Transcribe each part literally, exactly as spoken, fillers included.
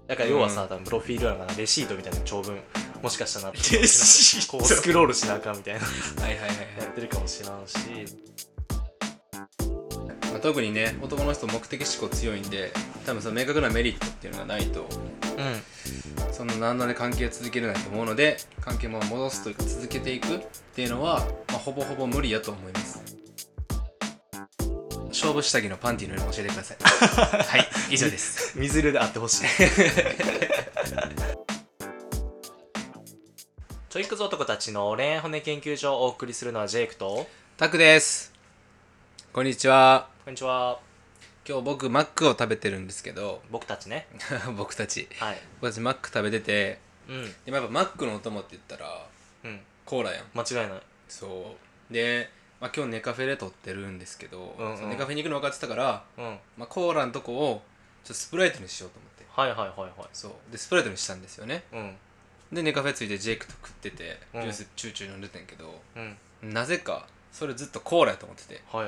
だから要はさ、うん、多分プロフィール欄がレシートみたいな長文もしかしたらなってレシートこうスクロールしなあかんみたいなはいはいはい、はい、 やってるかもしらんし、 まあ、特にね男の人目的思考強いんで多分その明確なメリットっていうのがないと、うん、その何ので関係を続けれないと思うので関係も戻すというか続けていくっていうのは、まあ、ほぼほぼ無理やと思います。勝負下着のパンティの色教えてくださいはい以上です水色であってほしいちょいくぞ男たちの恋愛骨研究所をお送りするのはジェイクとタクです。こんにちは。 こんにちは。 今日僕マックを食べてるんですけど僕たちね僕たち、 はい、 僕たちマック食べてて、 うん、 今やっぱマックのお供って言ったら、うん、コーラやん。 間違いない。 そうで、まあ、今日ネカフェで撮ってるんですけど、 うんうん、 そネカフェに行くの分かってたから、うんまあ、コーラのとこをちょっとスプライトにしようと思って、 はいはいはいはい、 そうでスプライトにしたんですよね、うん、でネカフェついてジェイクと食ってて、うん、ジュースチューチュー飲んでたんやけど、うん、なぜかそれずっとコーラやと思ってて、はいはい、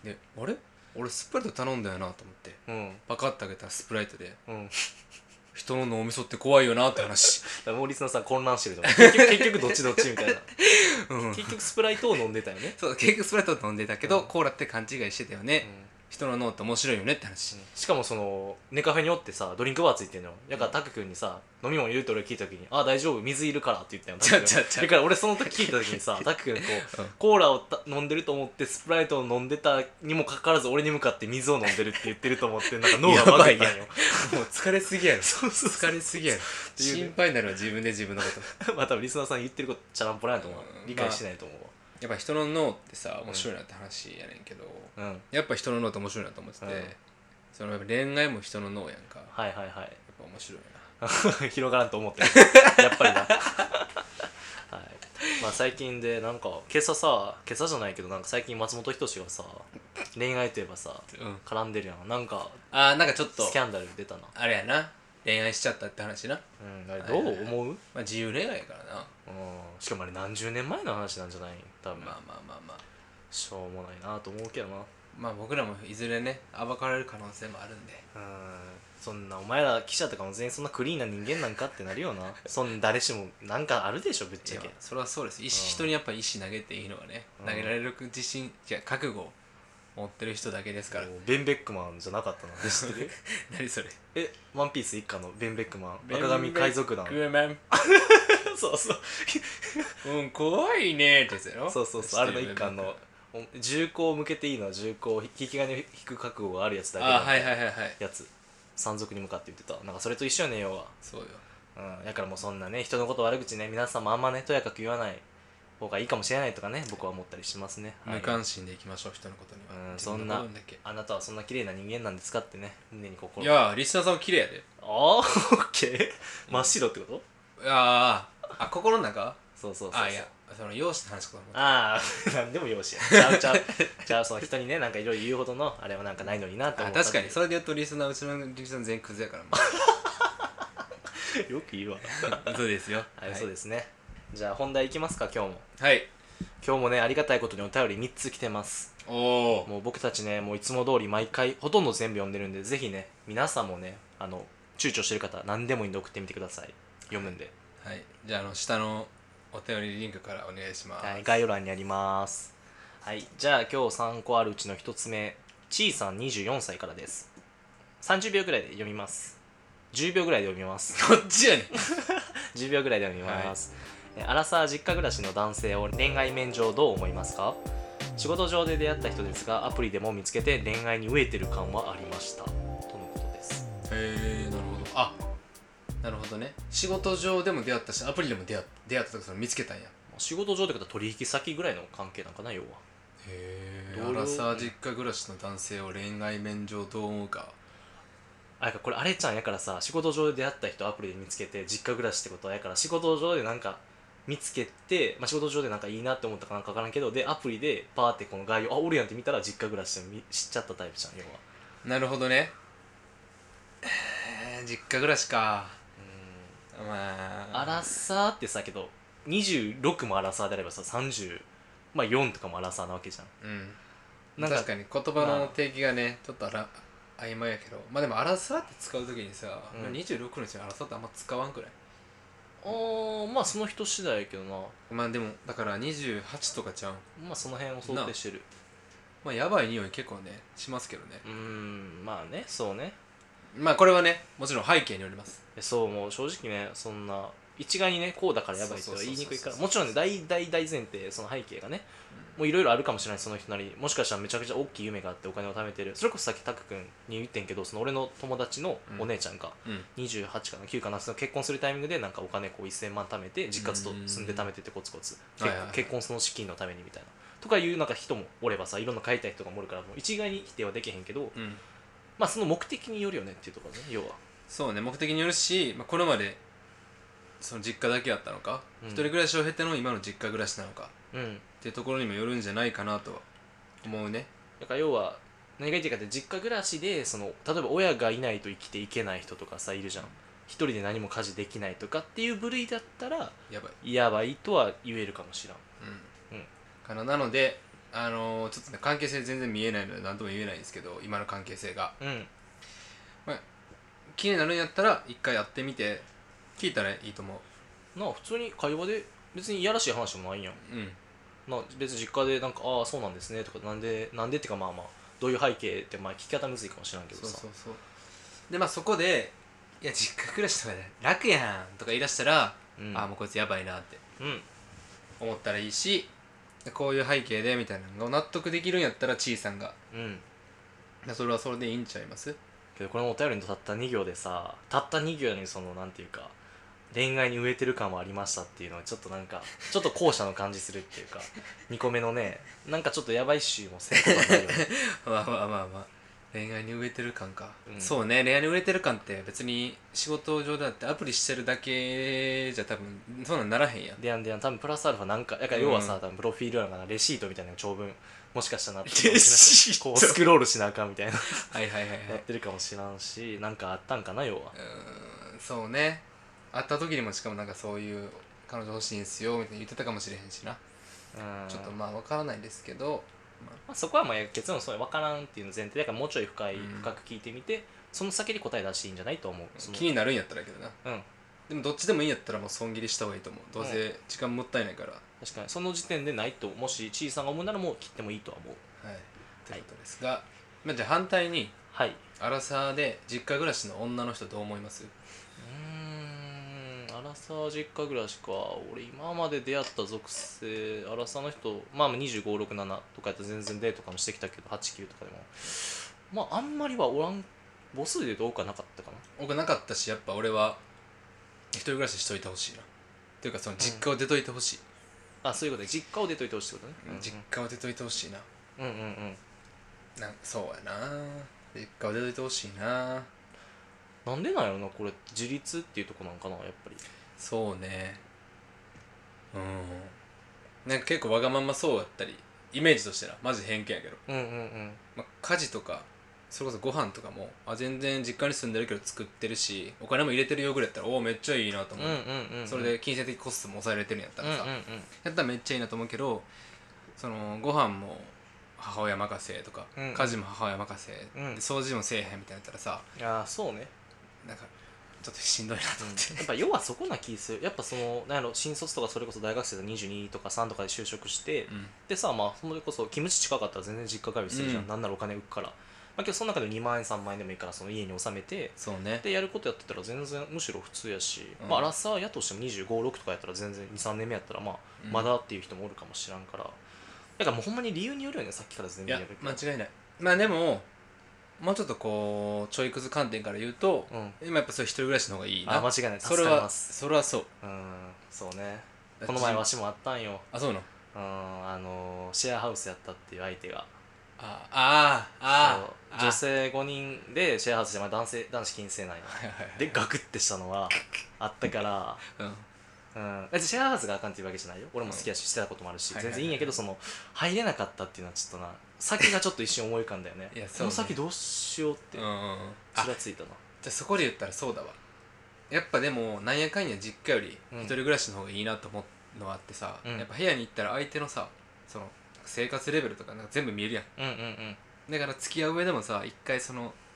であれ俺スプライト頼んだよなと思って、うん、パカッて開けたらスプライトで、うん、人の脳みそって怖いよなって話モーリスのさ混乱してると思う結局結局どっちどっちみたいな、うん、結局スプライトを飲んでたよね。 そう結局スプライトを飲んでたけど、うん、コーラって勘違いしてたよね、うん、人の脳って面白いよねって話、うん、 しかもそのネカフェにおってさドリンクバーついてんのよ。だからタク君にさ飲み物いるって俺聞いた時にあ大丈夫水いるからって言ったよ。 ちゃちゃちゃだから俺その時聞いた時にさタク君こう、うん、コーラを飲んでると思ってスプライトを飲んでたにもかかわらず俺に向かって水を飲んでるって言ってると思ってなんか脳がバグったんよもう疲れすぎやろそうそうそう疲れすぎやろ心配になるわ自分で自分のことまあ多分リスナーさん言ってることチャランポランやと思う、うん、理解してないと思うわ、まあやっぱ人の脳ってさ面白いなって話やねんけど、うん、やっぱ人の脳って面白いなと思ってて、うん、そのやっぱ恋愛も人の脳やんか。 はいはいはい。やっぱ面白いな広がらんと思ってるやっぱりなはい。まあ最近でなんか今朝さ今朝じゃないけどなんか最近松本人志がさ恋愛といえばさ、うん、絡んでるやん。なんかあーなんかちょっとスキャンダル出たな。 あれやな恋愛しちゃったって話な。 うん、あれどう思う、はいはいはい、まあ自由恋愛やからな。うんしかもあれ何十年前の話なんじゃない多分。 まあまあまあまあしょうもないなと思うけどな。 まあ僕らもいずれね暴かれる可能性もあるんで、 うんそんなお前ら記者とかも全員そんなクリーンな人間なんかってなるよなそんな誰しもなんかあるでしょぶっちゃけ。 それはそうです。石、うん、人にやっぱ石投げていいのはね、うん、投げられる自信じゃ覚悟を持ってる人だけですから。 ベンベックマンじゃなかったな知ってる何それ。 えワンピース一家のベンベックマン赤髪海賊団そうそううん怖いねってやつやろ。 そうそうそうあれの一巻の銃口を向けていいのは銃口引き金を引く覚悟があるやつだけだはいはいはいはいやつ山賊に向かって言ってた。なんかそれと一緒よね要は。 そうよ。 うんだからもうそんなね人のこと悪口ね皆さんもあんまねとやかく言わない方がいいかもしれないとかね僕は思ったりしますね。 無関心でいきましょう人のことには。 うんそんなあなたはそんな綺麗な人間なんですかってね胸に心。 いやリスナーさんも綺麗やで。 ああオッケー真っ白ってこと、 いやあ心の中そうそうそうそう。 あいやその容姿の話かと思った。 ああ何でも容姿やちゃうちゃうちゃうその人にねなんかいろいろ言うほどのあれはなんかないのになって思った。 あ確かにそれで言うとリスナーうちのリスナー全員クズやからよく言うわそうですよはい、はい、そうですね。じゃあ本題いきますか今日も。 はい今日もねありがたいことにお便りみっつ来てます。 おおもう僕たちねもういつも通り毎回ほとんど全部読んでるんでぜひね皆さんもねあの躊躇してる方何でもいいんで送ってみてください。読むんで。 はい、じゃああの下のお便りリンクからお願いします。 はい概要欄にあります。はいじゃあ今日さんこあるうちのひとつめちいさんにじゅうよんさいからです。さんじゅうびょうぐらいで読みます。じゅうびょうぐらいで読みますこっちやねんじゅうびょうぐらいで読みます、はい、アラサー実家暮らしの男性を恋愛面上どう思いますか。仕事上で出会った人ですがアプリでも見つけて恋愛に飢えてる感はありましたとのことです。 へえなるほど。あなるほどね。仕事上でも出会ったしアプリでも出会出会ったとか見つけたんや。 仕事上ってことは取引先ぐらいの関係なんかな要は。 へえアラサー実家暮らしの男性を恋愛面上どう思うか。 あれかこれあれちゃんやからさ仕事上で出会った人アプリで見つけて実家暮らしってことはやから仕事上でなんか見つけて、まあ、仕事上でなんかいいなって思ったかなんか分からんけどでアプリでパーってこの概要あおるやんって見たら実家暮らしで知っちゃったタイプじゃん要は。 なるほどね。えー、実家暮らしか。うんまあアラサーってさけどにじゅうろくもアラサーであればささんじゅう、まあ、よんとかもアラサーなわけじゃん。 うんなんか確かに言葉の定義がねちょっとあら曖昧やけど、まあでもアラサーって使うときにさ、 うん、 にじゅうろくのうちにアラサーってあんま使わんくらい。 あーまあその人次第やけどな。 まあでもだからにじゅうはちとかちゃうんまあその辺を想定してる。 まあやばい匂い結構ねしますけどね。 うーん、まあね、そうね。 まあこれはねもちろん背景によります。 そう、もう正直ね、そんな一概にねこうだからやばいっては言いにくいから、もちろんね大大大前提、その背景がねもういろいろあるかもしれない。その人なりにもしかしたらめちゃくちゃ大きい夢があってお金を貯めてる。それこそさっきタク君に言ってんけど、その俺の友達のお姉ちゃんが、 うんにじゅうはちかなきゅうかな、その結婚するタイミングでなんかお金こうせんまん貯めて実家ずっと住んで貯めててコツコツ、 はいはいはい、 結婚その資金のためにみたいなとかいうなんか人もおればさ、いろんな買いたい人がもおるから、もう一概に否定はできへんけど、 うん、 まあその目的によるよねっていうところね、要は。 そうね、目的によるし、まあ、これまでその実家だけやったのか、 うん、 一人暮らしを経ての今の実家暮らしなのか、 うん、っていうところにもよるんじゃないかなとは思うね。 だから要は何が言いたいかって、実家暮らしでその例えば親がいないと生きていけない人とかさいるじゃん。一人で何も家事できないとかっていう部類だったらやばいやばいとは言えるかもしらん。 うん、 うん、 かな。なのであのー、ちょっとね関係性全然見えないので何とも言えないんですけど、今の関係性が、 うん、 まあ、気になるんやったら一回やってみて聞いたらいいと思う。 なあ普通に会話で別にいやらしい話もないやん。 うん、 なあ別に実家でなんかああそうなんですねとか、なんでなんでってか、まあまあどういう背景ってまあ聞き方むずいかもしれんけどさ。 そうそうそうでまあそこでいや実家暮らしとかで楽やんとか言い出したら、 うん、 ああもうこいつやばいなってうん、 思ったらいいし、こういう背景でみたいなのが納得できるんやったらちいさんがうん。 それはそれでいいんちゃいます。 けどこれもお便りのたったに行でさ、たったに行にそのなんていうか恋愛に植えてる感はありましたっていうのはちょっとなんかちょっと後者の感じするっていうか、にこめのねなんかちょっとやばいしもせんことはないよね。 まあまあまあまあ恋愛に植えてる感か、 うん、 そうね、恋愛に植えてる感って別に仕事上であってアプリしてるだけじゃ多分そんなんならへんやん。 でやんでやん多分プラスアルファなんかだから要はさ、 うん多分プロフィール欄がレシートみたいな長文もしかしたらなってるかレもしれないシートこうスクロールしなあかんみたいなはいはいはいはい、 やってるかもしらんし、なんかあったんかな要は。 うーんそうね、会った時にもしかもなんかそういう彼女欲しいんすよみたいに言ってたかもしれへんしな。 うん、 ちょっとまあ分からないですけど、 まあ、そこはまあ結論そう分からんっていうの前提だから、もうちょい深い、 うん深く聞いてみてその先に答え出していいんじゃないと思う。その気になるんやったらけどな。 うん、 でもどっちでもいいんやったらもう損切りした方がいいと思う。どうせ時間もったいないから。 確かにその時点でないと、もしちいさんが思うならもう切ってもいいとは思う。 はいということですが、まあ、じゃあ反対にはい。 アラサーで実家暮らしの女の人どう思います？ うーん、アラサー実家暮らしか。俺今まで出会った属性アラサーの人、まあにじゅうご、ろく、ななとかやったら全然デートとかもしてきたけど、はち、きゅうとかでもまああんまりはおらん。母数で言うと多くはなかったかな。 僕なかったし、やっぱ俺は一人暮らししといてほしいなっていうか、その実家を出といてほしい、 あ、そういうことで実家を出といてほしいってことね。 うん、実家を出といてほしいな。 うんうんうんうんなんそうやな、実家を出といてほしいな。 なんでなんやろな、これ自立っていうとこなんかな、やっぱり。 そうね、うんなんか結構わがままそうやったり、イメージとしてな、マジ偏見やけど、 うんうんうん。 まあ、家事とかそれこそご飯とかもあ全然実家に住んでるけど作ってるしお金も入れてるよぐらいやったらおおめっちゃいいなと思う、 うんうんうんうん、 それで金銭的コストも抑えられてるんやったらさ、 うんうんうん、 やったらめっちゃいいなと思うけど、そのご飯も母親任せとか、 うんうん、 家事も母親任せ、 うん、 で掃除もせえへんみたいになったらさ、 ああそうね、 なんかちょっとしんどいなと思って、 うん、やっぱ要はそこな気する。やっぱそのなんやろ、新卒とかそれこそ大学生でにじゅうにとかさんとかで就職して、 うん、 でさ、まあそれこそキムチ近かったら全然実家帰りするじゃん、 うん、 なんならお金浮くから、まあ、けどその中でにまん円さんまん円でもいいからその家に納めて、 そうね、 でやることやってたら全然むしろ普通やし、 うん、 まあアラサーやとしてもにじゅうご、ろくとかやったら全然に、さんねんめやったらまあ、 うん、 まだっていう人もおるかもしらんから、だからもうほんまに理由によるよね、さっきから全いや然やるけど。 間違いない。まあでももうちょっとこうちょいくず観点から言うと、 うん、 今やっぱそういう一人暮らしの方がいいな。 あ間違いない、 それはそれはそう。 うんそうね。この前わしもあったんよ。 あそうなの。 うんあのシェアハウスやったっていう相手が、 ああああ女性ごにんでシェアハウスで、まあ、男性男子禁制なんやはいはいはいでガクってしたのはあったから、 うんうん、別にシェアハウスがあかんっていうわけじゃないよ。俺も好きやししてたこともあるし、 うん全然いいんやけど、その入れなかったっていうのはちょっとな、先がちょっと一瞬思い浮かんだよね。 いやそうねこの先どうしようってうんうんうんちらついたな。 じゃあそこで言ったらそうだわ。やっぱでもなんやかんや実家より一人暮らしの方がいいなと思うのはあってさ、 うんやっぱ部屋に行ったら相手のさその生活レベルとかなんか全部見えるやん。 うんうんうんだから付き合う上でもさ一回その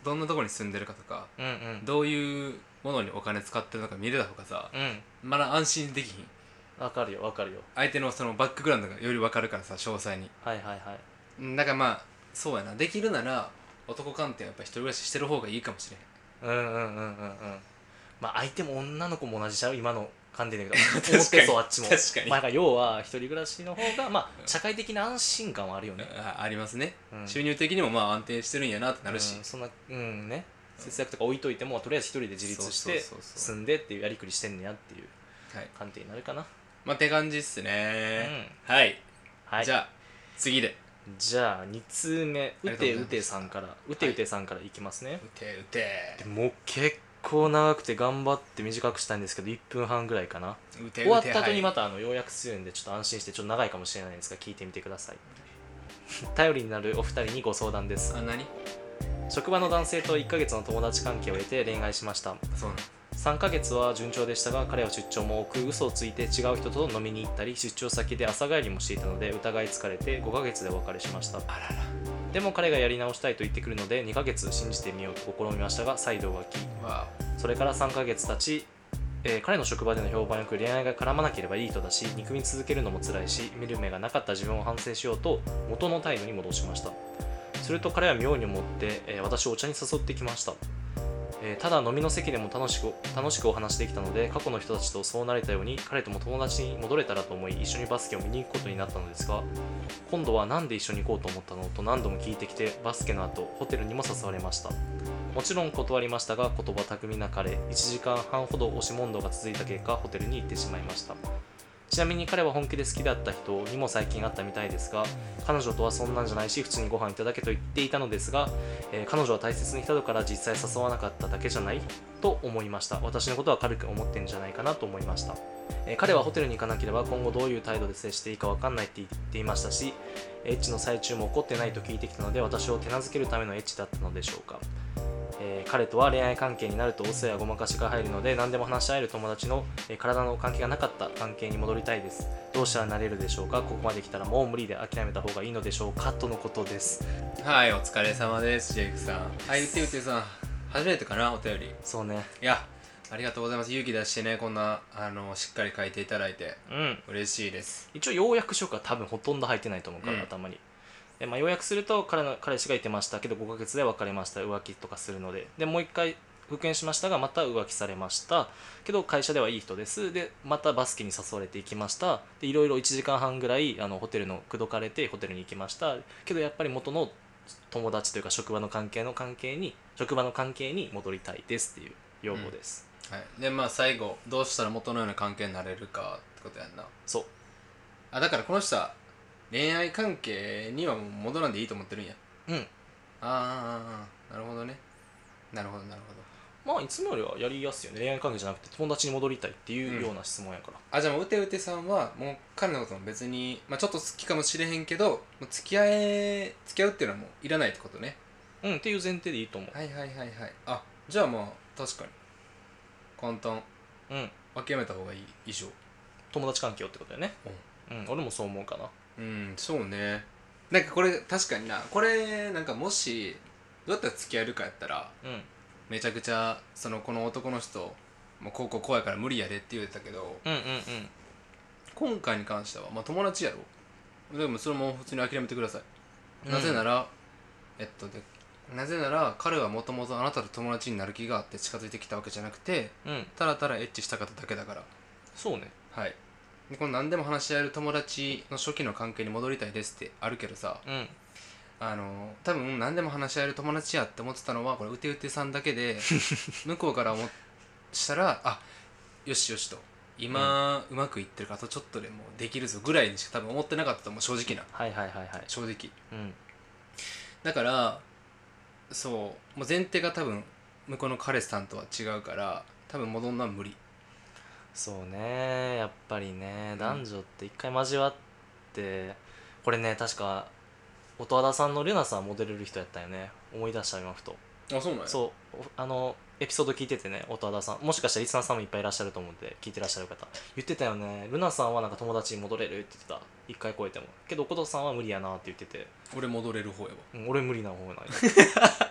どんなところに住んでるかとか、 うんうん、 どういうものにお金使ってるのか見れた方がさ、 うん、 まだ安心できひん。 わかるよわかるよ。 相手のそのバックグラウンドがより分かるからさ、詳細に。 はいはいはい。 うんだからまあそうやな、できるなら男関係はやっぱ一人暮らししてる方がいいかもしれへん。 うんうんうんうんうん。まあ相手も女の子も同じちゃう今の観点だけど思ってそうあっちも。 確かに、 まあ、要は一人暮らしの方がまあ社会的な安心感はあるよね。 あありますね、 うん、 収入的にもまあ安定してるんやなってなるし、 うん、そんなうんね節約とか置いといてもとりあえず一人で自立して住んでっていうやりくりしてんねやっていう観点になるかな。 まあって感じっすね、 うん、 はい、 はい、 じゃあ次でじゃあに通目うてうてさんからうてうてさんからいきますね。 うてうてでもう結構長くて頑張って短くしたいんですけどいっぷんはんぐらいかな。 うてうて終わった後にまたあの要約するんでちょっと安心してちょっと長いかもしれないですが聞いてみてください。頼りになるお二人にご相談です。 あ、何？ 職場の男性といっかげつの友達関係を得て恋愛しました。 そうなの。 さんかげつは順調でしたが彼は出張も多く嘘をついて違う人と飲みに行ったり出張先で朝帰りもしていたので疑い疲れてごかげつでお別れしました。 あらら。 でも彼がやり直したいと言ってくるのでにかげつ信じてみようと試みましたが再度浮気。それからさんかげつ経ち、えー彼の職場での評判よく恋愛が絡まなければいい人だし憎み続けるのも辛いし見る目がなかった自分を反省しようと元の態度に戻しました。すると彼は妙に思って、えー私をお茶に誘ってきました。えーただ飲みの席でも楽しく楽しくお話できたので過去の人たちとそうなれたように彼とも友達に戻れたらと思い一緒にバスケを見に行くことになったのですが今度はなんで一緒に行こうと思ったのと何度も聞いてきてバスケの後ホテルにも誘われました。もちろん断りましたが言葉巧みな彼いちじかんはんほど押し問答が続いた結果ホテルに行ってしまいました。ちなみに彼は本気で好きだった人にも最近会ったみたいですが彼女とはそんなんじゃないし普通にご飯行っただけと言っていたのですが、えー彼女は大切にしたから実際誘わなかっただけじゃないと思いました。私のことは軽く思ってるんじゃないかなと思いました。えー彼はホテルに行かなければ今後どういう態度で接していいか分かんないって言っていましたしエッチの最中も怒ってないと聞いてきたので私を手なずけるためのエッチだったのでしょうか。えー彼とは恋愛関係になると嘘やごまかしが入るので何でも話し合える友達の、えー体の関係がなかった関係に戻りたいです。どうしたらなれるでしょうか。ここまで来たらもう無理で諦めた方がいいのでしょうかとのことです。 はい、お疲れ様です、ジェイクさん。はい、うてうてさん、初めてかな、お便り。 そうね。 いや、ありがとうございます。勇気出してね、こんなあのしっかり書いていただいて、 うん、 嬉しいです。 一応要約書が多分ほとんど入ってないと思うから、うん、頭にで、まあ、要約すると彼の彼氏が言ってましたけどごかげつで別れました。浮気とかするのででもう一回復縁しましたがまた浮気されましたけど会社ではいい人ですでまたバスケに誘われていきましたでいろいろいちじかんはんぐらいあのホテルの口説かれてホテルに行きましたけどやっぱり元の友達というか職場の関係の関係に職場の関係に戻りたいですっていう要望です、 うん、はい、でまあ最後どうしたら元のような関係になれるかってことやんな。 そうあだからこの人は恋愛関係にはもう戻らんでいいと思ってるんや。 うんあああなるほどね。なるほどなるほど。 まあいつもよりはやりやすいよね。恋愛関係じゃなくて友達に戻りたいっていうような質問やから、 うん、あじゃあもううてうてさんはもう彼のことも別に、まあ、ちょっと好きかもしれへんけどもう付き合え付き合うっていうのはもういらないってことね。 うんっていう前提でいいと思う。 はいはいはいはい。あじゃあまあ確かに簡単。 うん諦めた方がいい以上友達関係をってことだよね。うん、うん、俺もそう思うかな。 うんそうね。なんかこれ確かになこれなんかもしどうやったら付き合えるかやったら、 うん、 めちゃくちゃそのこの男の人もうこうこうこうやから無理やでって言われたけど、 うんうんうん、 今回に関してはまあ友達やろ。でもそれも普通に諦めてください、うん、なぜならえっとでなぜなら彼はもともとあなたと友達になる気があって近づいてきたわけじゃなくて、うん、ただただエッチしたかっただけだから。 そうね。 はい。でこの何でも話し合える友達の初期の関係に戻りたいですってあるけどさ、うん、あの多分何でも話し合える友達やって思ってたのはこれうてうてさんだけで向こうから思したらあよしよしと今、うん、うまくいってるからあとちょっとでもできるぞぐらいにしか多分思ってなかったと思う正直な。 はいはいはいはい正直、 うん、 だからそうもう前提が多分向こうの彼氏さんとは違うから多分戻んのは無理。 そうねやっぱりね、うん、男女って一回交わってこれね確か音羽田さんのルナさんモデルる人やったよね。思い出した今ふと。 あそうなんや。 そうあのエピソード聞いててね音羽田さんもしかしたらリスナーさんもいっぱいいらっしゃると思うんで聞いてらっしゃる方言ってたよね。ルナさんはなんか友達に戻れるって言ってた一回超えてもけど琴さんは無理やなって言ってて俺戻れる方やわ、 うん、俺無理な方なんや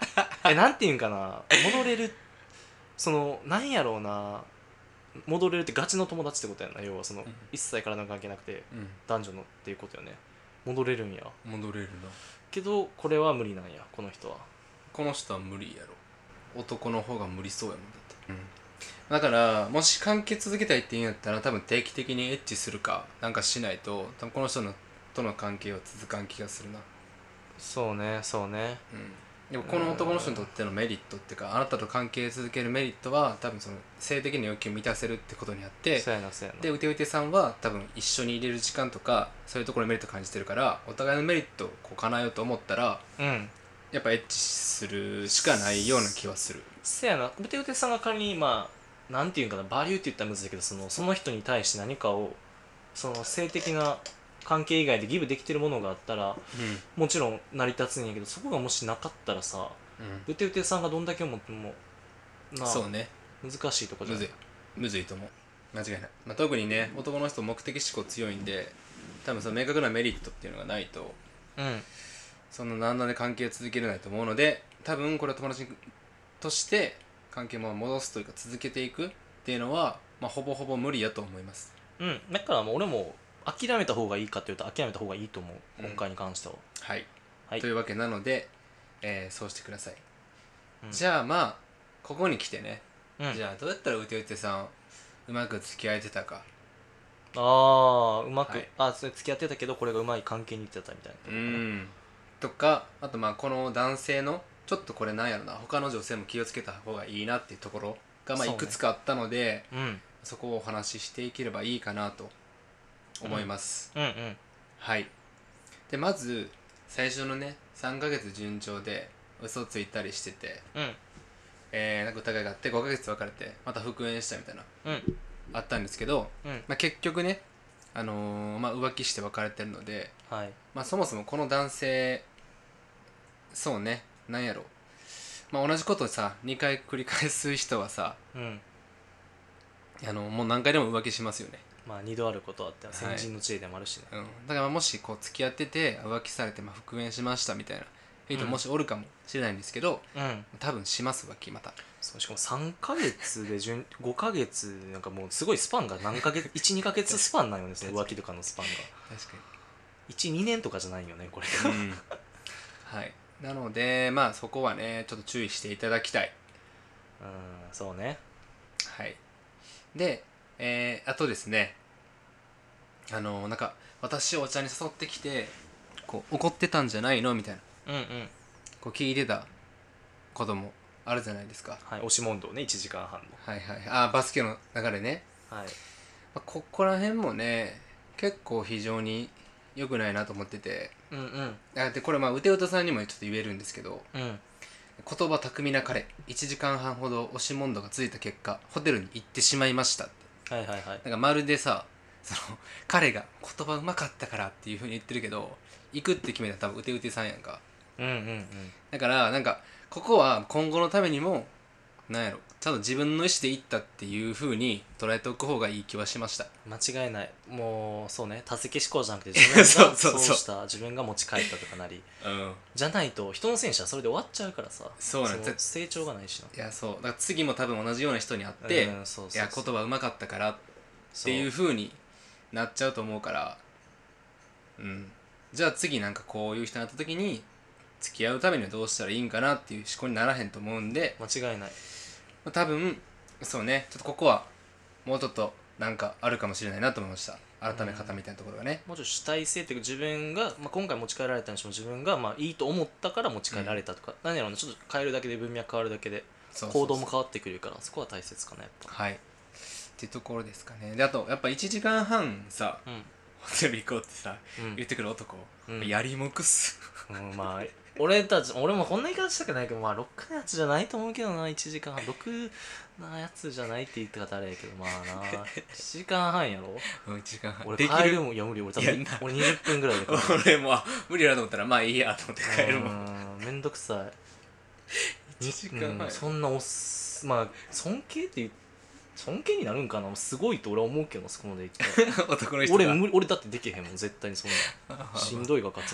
えなんていうんかな戻れるそのなんやろうな戻れるってガチの友達ってことやな要はその、 うん、 一切体の関係なくてうん、 男女のっていうことよね戻れるんや戻れるな。 けどこれは無理なんやこの人はこの人は無理やろ。男の方が無理そうやもんだって、うん、だからもし関係続けたいって言うんやったら多分定期的にエッチするかなんかしないと多分この人のとの関係は続かん気がするな。 そうねそうねうん、でもこの男の人にとってのメリットっていうかあなたと関係続けるメリットは多分その性的な欲求を満たせるってことにあってそうやなそうやなでうてうてさんは多分一緒に入れる時間とかそういうところにメリットを感じてるからお互いのメリットをこう叶えようと思ったらうんやっぱエッチするしかないような気はする。 せやなうてうてさんが仮にまあなんていうんかなバリューって言ったらむずいけどそのその人に対して何かをその性的な関係以外でギブできてるものがあったらうもちろん成り立つんやけどそこがもしなかったらさん、うん、 うてうてさんがどんだけ思ってもなあそうね難しいとこじゃないむずいむずいと思う間違いない、まあ、特にね男の人目的思考強いんで多分その明確なメリットっていうのがないとうんその何らで関係を続けれないと思うので多分これは友達として関係を戻すというか続けていくっていうのは、まあ、ほぼほぼ無理やと思います。 うんだからもう俺も諦めた方がいいかっていうと諦めた方がいいと思ううん今回に関しては、 はい、 はいというわけなので、えーそうしてください、 うんじゃあまあここに来てね、 うん、 じゃあどうやったらうてうてさんうまく付き合えてたか。 ああうまく、 はい、 あそれ付き合ってたけどこれがうまい関係にいってたみたいなうーんとかあとまあこの男性のちょっとこれなんやろな他の女性も気をつけた方がいいなっていうところがまあそうねいくつかあったのでうんそこをお話ししていければいいかなと思います、 うんうんはいでまず最初のねさんかげつ順調で嘘ついたりしてて、 うんえー、なんか疑いがあってごかげつ別れてまた復縁したみたいなうんあったんですけど、 うんまあ、結局ね、あのーまあ、浮気して別れてるので、 はいまあ、そもそもこの男性そうねなんやろまあ同じことをさにかい繰り返す人はさうんあのもう何回でも浮気しますよね、 まあ二度あることはあってはい先人の知恵でもあるしね、 うん、だからもしこう付き合ってて浮気されてまあ復縁しましたみたいな人うんもしおるかもしれないんですけど、 うん多分します浮気またそうしかもさんかげつで順ごかげつなんかもうすごいスパンが何ヶ月いちにかげつスパンなんよねその浮気とかのスパンが確かいちにねんとかじゃないよねこれに、うん、はいなのでまあそこはねちょっと注意していただきたい。 うんそうねはいで、えー、あとですねあのなんか私をお茶に誘ってきてこう怒ってたんじゃないのみたいなうんうんこう聞いてたこともあるじゃないですか。 はい押し問答ねいちじかんはんのはいはいあバスケの流れね、 はいまあ、ここら辺もね結構非常に良くないなと思っててうんうんあでこれまあうてうとさんにもちょっと言えるんですけどうん言葉巧みな彼いちじかんはんほど押し問答がついた結果ホテルに行ってしまいましたってはいはいはいなんかまるでさその彼が言葉うまかったからっていう風に言ってるけど行くって決めたら多分うてうてさんやんか。 うんうんうんだからなんかここは今後のためにもなんやろちゃんと自分の意思で行ったっていう風に捉えておく方がいい気はしました。 間違いないもうそうね多席思考じゃなくて自分がそうそうそうそうした自分が持ち帰ったとかなりうんじゃないと人の選手はそれで終わっちゃうからさそうなんですの成長がないしないやそうだから次も多分同じような人に会って、 うんそうそうそういや言葉うまかったからっそうていう風になっちゃうと思うからうんじゃあ次なんかこういう人に会った時に付き合うためにはどうしたらいいんかなっていう思考にならへんと思うんで、 間違いないまあ、多分そうねちょっとここはもうちょっとなんかあるかもしれないなと思いました。改め方みたいなところがね、 もうちょっと主体性っていうか自分が、まあ、今回持ち帰られたにしても自分がまあいいと思ったから持ち帰られたとか、何やろうなちょっと変えるだけで文脈変わるだけでそうそうそう行動も変わってくるからそこは大切かなやっぱはいっていうところですかね。であとやっぱいちじかんはんさうんホテル行こうってさ、 うん言ってくる男、 うんやりもくっすうん、まあ俺たち俺もこんな言い方したくないけどまあろくのやつじゃないと思うけどないちじかんはんろくなやつじゃないって言って方あれやけどまあないちじかんはんやろうんいちじかんはん俺できる帰るもんいや無理俺多分いやな俺にじゅっぷんぐらいで帰る俺もあ無理だなと思ったらまあいいやと思って帰るもんうんめんどくさいいちじかんはんうん、そんなおっすまあ尊敬って言う尊敬になるんかなすごいと俺は思うけどそこまで言ったら男の人が俺無理俺だってできへんもん絶対にそんなしんどいが勝つもん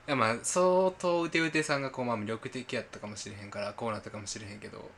やまあ相当うてうてさんがこうまあ魅力的やったかもしれへんからこうなったかもしれへんけど、 うん、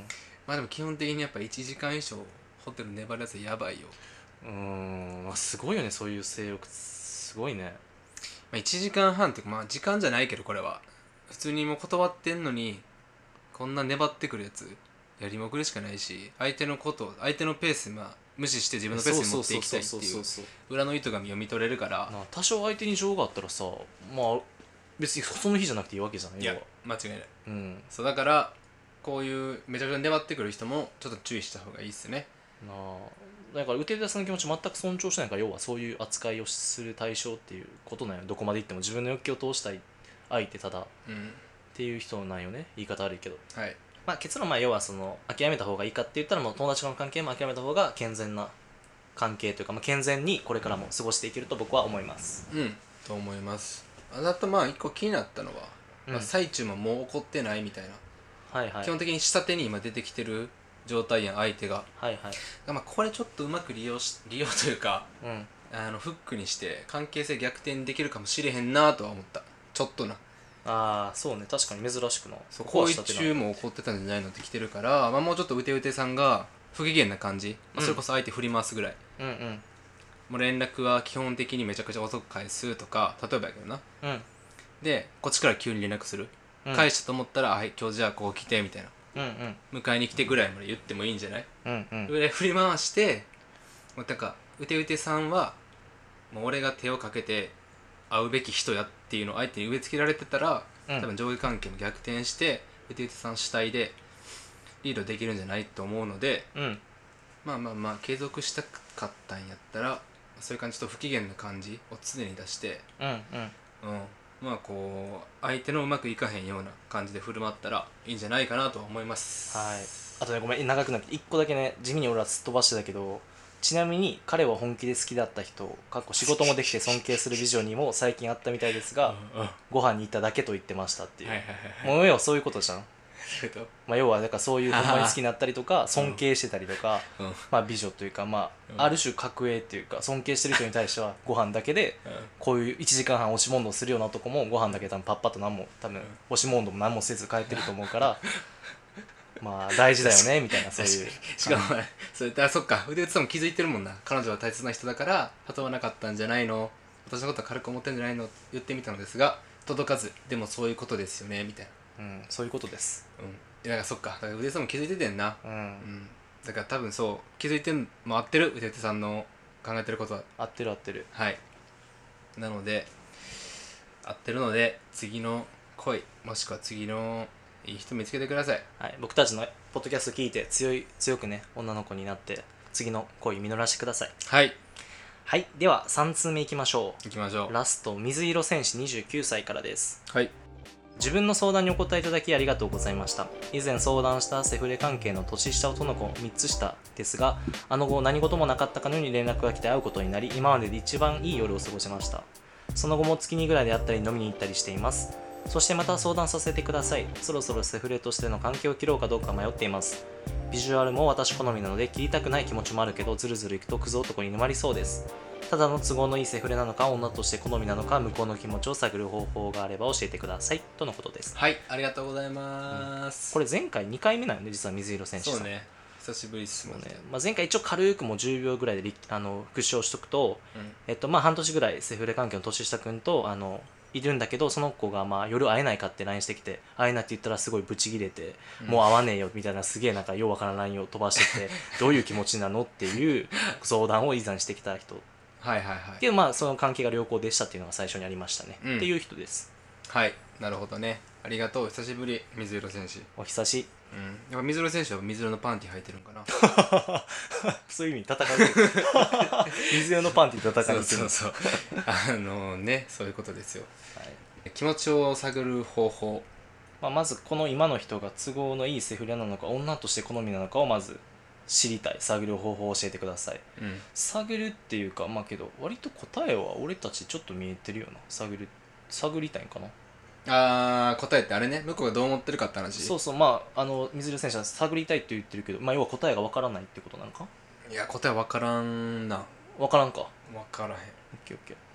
まあでも基本的にやっぱいちじかん以上ホテル粘るやつやばいよ。 うーん、まあ、すごいよね、そういう性欲すごいね。 まあ、いちじかんはんってまあ時間じゃないけどこれは普通にもう断ってんのにこんな粘ってくるやつやりまくるしかないし、相手のこと相手のペースまあ無視して自分のペースに持っていきたいっていう裏の意図が読み取れるから、 な多少相手に情があったらさ、まあ別にその日じゃなくていいわけじゃない。 いや間違いない、 うん、 そうだからこういうめちゃくちゃ粘ってくる人もちょっと注意した方がいいっすね。 なあ、だから受け手さんの気持ち全く尊重しないから、要はそういう扱いをする対象っていうことなんよ。どこまでいっても自分の欲求を通したい相手ただ、うん、っていう人なんよね。言い方悪いけど、はい、まあ、結論まあ要はその諦めた方がいいかって言ったら、もう友達の関係も諦めた方が健全な関係というか、まあ、健全にこれからも過ごしていけると僕は思います。 うんと思います。あとまあ一個気になったのは、うんまあ、最中ももう怒ってないみたいな、はいはい、基本的に下手に今出てきてる状態やん相手が、はいはい、まあこれちょっとうまく利用し利用というか、うん、あのフックにして関係性逆転できるかもしれへんなとは思った。ちょっとな。 ああそうね、確かに珍しくな。 そう行為中も怒ってたんじゃないのって来てるから、まあ、もうちょっとうてうてさんが不機嫌な感じ、うんまあ、それこそ相手振り回すぐらい、うんうん、もう連絡は基本的にめちゃくちゃ遅く返すとか、例えばやけどな、うん、でこっちから急に連絡する、うん、返したと思ったら「はい、今日じゃあこう来て」みたいな、うんうん、迎えに来てぐらいまで言ってもいいんじゃない、うんうん、ぐらい振り回して、もうなんかうてうてさんはもう俺が手をかけて会うべき人やっていうのを相手に植え付けられてたら、うん、多分上下関係も逆転してうてうてさん主体でリードできるんじゃないと思うので、うん、まあまあまあ継続したかったんやったらそういう感じと不機嫌な感じを常に出して、うんうんうん、まあこう相手のうまくいかへんような感じで振る舞ったらいいんじゃないかなと思います。 はい。あとね、ごめん長くなっていっこだけね、地味に俺はすっ飛ばしてたけど、ちなみに彼は本気で好きだった人、かっこ仕事もできて尊敬する美女にも最近会ったみたいですが、うんうん、ご飯に行っただけと言ってましたっていう、はいはいはいはい、もう要はそういうことじゃん。まあ要はだからそういうほんまに好きになったりとか尊敬してたりとか、うん、まあ美女というか、まあ、うん、ある種格上っていうか尊敬してる人に対してはご飯だけで、うん、こういういちじかんはん押し問答するような男もご飯だけ多分パッパッと何も多分押し問答も何もせず帰ってると思うからまあ大事だよねみたいな、そういうしかもそれあそっか腕打つさんも気づいてるもんな。彼女は大切な人だから誘わなかったんじゃないの、私のことは軽く思ってるんじゃないのって言ってみたのですが届かず、でもそういうことですよねみたいな、うん、そういうことです。 うんだからそっか、だから腕さんも気づいててんな、うんうん、だから多分そう気づいてんも合ってる、腕さんの考えてることは合ってる合ってる。 はい、なので合ってるので次の恋もしくは次のいい人見つけてください。 はい、僕たちのポッドキャスト聞いて強い強くね女の子になって次の恋実らしてください。はいはい、ではさん通目いきましょう。いきましょう。 ラスト水色戦士にじゅうきゅうさいからです。はい、自分の相談にお答えいただきありがとうございました。以前相談したセフレ関係の年下男の子みっつ下ですが、あの後何事もなかったかのように連絡が来て会うことになり、今までで一番いい夜を過ごしました。その後も月にぐらいで会ったり飲みに行ったりしています。そしてまた相談させてください。そろそろセフレとしての関係を切ろうかどうか迷っています。ビジュアルも私好みなので切りたくない気持ちもあるけど、ずるずるいくとクズ男に沼りそうです。ただの都合のいいセフレなのか、女として好みなのか、向こうの気持ちを探る方法があれば教えてくださいとのことです。 はい、ありがとうございます、 うん、これ前回にかいめなので、実は水色選手さん。 そうね、久しぶりですもんね。 まあ、前回一応軽くもうじゅうびょうぐらいであの復唱しとくと、うん、えっとまあ半年ぐらいセフレ関係の年下くんとあのいるんだけど、その子がまあ夜会えないかって ライン してきて、会えないって言ったらすごいブチギレて、うん、もう会わねえよみたいなすげえなんかようわからん ライン を飛ばしててどういう気持ちなのっていう相談を以前してきた人はいはいはい。 で、まあその関係が良好でしたっていうのが最初にありましたね、うん、っていう人です。 はい、なるほどね。ありがとう、久しぶり水色選手。 お久し。 うん、やっぱ水色選手は水色のパンティ履いてるんかなそういう意味戦う水色のパンティ戦うそうそうそうあのね、そういうことですよ、はい、気持ちを探る方法、 まあ、まずこの今の人が都合のいいセフレなのか女として好みなのかをまず知りたい。探る方法を教えてください、うん、探るっていうかまあけど割と答えは俺たちちょっと見えてるよな。探る探りたいんかな。 あー、答えってあれね、向こうがどう思ってるかって話。 そうそう、まああの水色選手は探りたいって言ってるけど、まあ要は答えがわからないってことなのか。 いや答えわからんな。 わからんか。 わからへん。オッケーオッケー。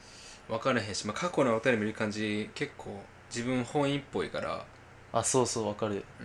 分からへんし、まあ、過去のお便り見る感じ結構自分本意っぽいから、 あ、そうそう分かる。 うん、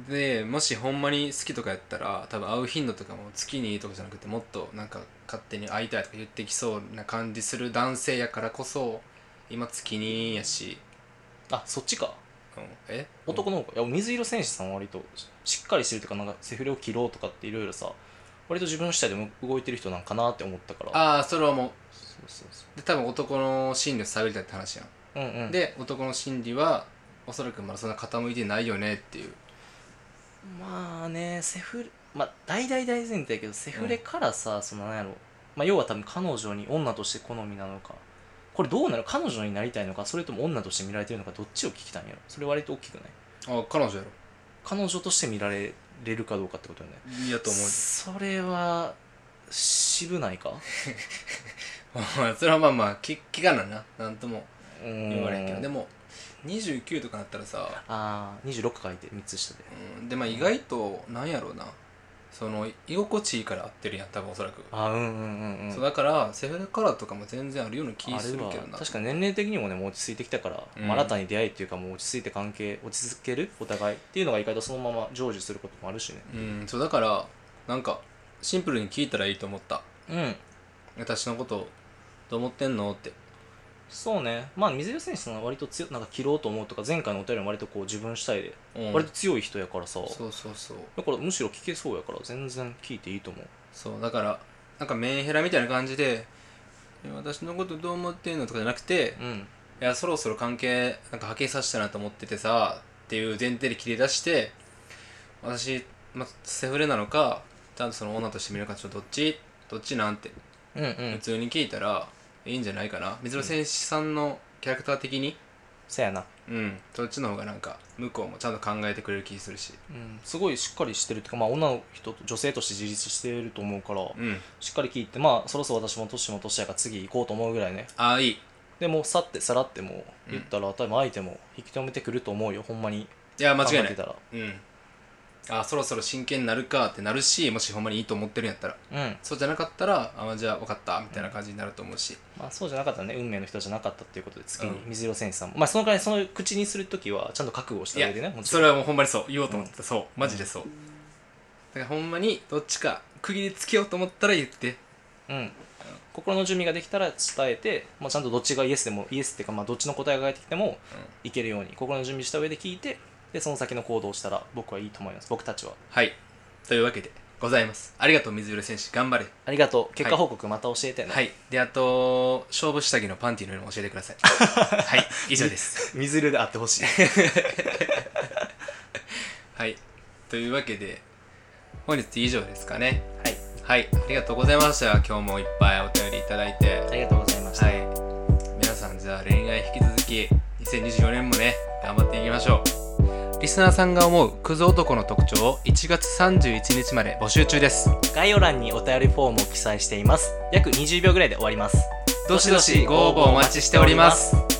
でもしほんまに好きとかやったら多分会う頻度とかも月にとかじゃなくてもっとなんか勝手に会いたいとか言ってきそうな感じする男性やからこそ今月にやし。 あ、そっちか。 うん、え男の方か。いや、水色戦士さんは割としっかりしてるというか、なんかセフレを切ろうとかっていろいろさ、割と自分主体でも動いてる人なんかなって思ったから。 ああ、それはもうそうそうそで多分男の心理を探りたいって話やん、 う。うんうん。 で男の心理はおそらくまだそんな傾いてないよねっていう。 まあね、セフレ、まあ大大大前提やけど、セフレからさ、そのなんやろ、まあ要は多分彼女に女として好みなのか、これどうなる、彼女になりたいのか、それとも女として見られてるのか、どっちを聞きたいんやろ。それ割と大きくない？ あ、彼女やろ。 彼女として見られれるかどうかってことよね。 いやと思う。 それは渋ないか？ それはまあまあ聞聞かないな、なんともうーん言われへんけど、でもにじゅうきゅうとかなったらさ、 ああ、にじゅうろく書いてみっつ下で。 うん、でまあ意外となんやろうな、その居心地いいから合ってるやん多分おそらく。 あーうんうんうんうん。 そうだからセフレカラーとかも全然あるような気あれはするけどな。 確かに年齢的にもねもう落ち着いてきたから、 うんまあ新たに出会いっていうかもう落ち着いて関係落ち着けるお互いっていうのが意外とそのまま成就することもあるしね。 うんそうだからなんかシンプルに聞いたらいいと思った。 うん、 私のことどう思ってんのって。 そうね。まあ水色選手さんは割と強なんか切ろうと思うとか、前回のお便りも割とこう自分主体でうん割と強い人やからさ、 そうそうそうだからむしろ聞けそうやから全然聞いていいと思う。 そうだからなんかメンヘラみたいな感じで「私のことどう思ってんの?」とかじゃなくて、 うんいやそろそろ関係なんか破棄させたなと思っててさっていう前提で切り出して、私、ま、セフレなのかちゃんとその女として見るかちょっとどっちどっちなんてうんうん普通に聞いたらいいんじゃないかな。水野選手さんのキャラクター的にそやな。 うんそっちの方がなんか向こうもちゃんと考えてくれる気するし、 うん、すごいしっかりしてるっていうか、まあ、女の人と女性として自立してると思うから、 うんしっかり聞いて、まあそろそろ私も年も年やから次行こうと思うぐらいね。 ああいい。 でもさってさらっても言ったら、多分相手も引き止めてくると思うよ、ほんまに。 いや間違いない。 考えてたらうんあそろそろ真剣になるかってなるし、もしほんまにいいと思ってるんやったら、 うんそうじゃなかったらあじゃあ分かったみたいな感じになると思うし、 まあそうじゃなかったらね、運命の人じゃなかったっていうことで次にうん水色選手さんも、まあそのくらいその口にするときはちゃんと覚悟したいや上でね、もちそろんれはもうほんまにそう言おうと思ってた、そうマジでそう、だからほんまにどっちか区切りつけようと思ったら言って、 うん、心の準備ができたら伝えて、まあ、ちゃんとどっちがイエスでもイエスっていうか、まあどっちの答えが返ってきてもいけるように心の準備した上で聞いて、でその先の行動をしたら僕はいいと思います。僕たちは。 はいというわけでございます。ありがとう水浦選手頑張れ。 ありがとう。結果報告また教えてね。 はいであと勝負下着のパンティの色も教えてくださいはい以上です水色であってほしいはいというわけで本日以上ですかね。 はいはいありがとうございました。今日もいっぱいお便りいただいてありがとうございました。 はい皆さんじゃあ恋愛引き続きにせんにじゅうよねんもね頑張っていきましょう。リスナーさんが思うクズ男の特徴をいちがつさんじゅういちにちまで募集中です。 概要欄にお便りフォームを記載しています。約にじゅうびょうぐらいで終わります。 どしどしご応募お待ちしております。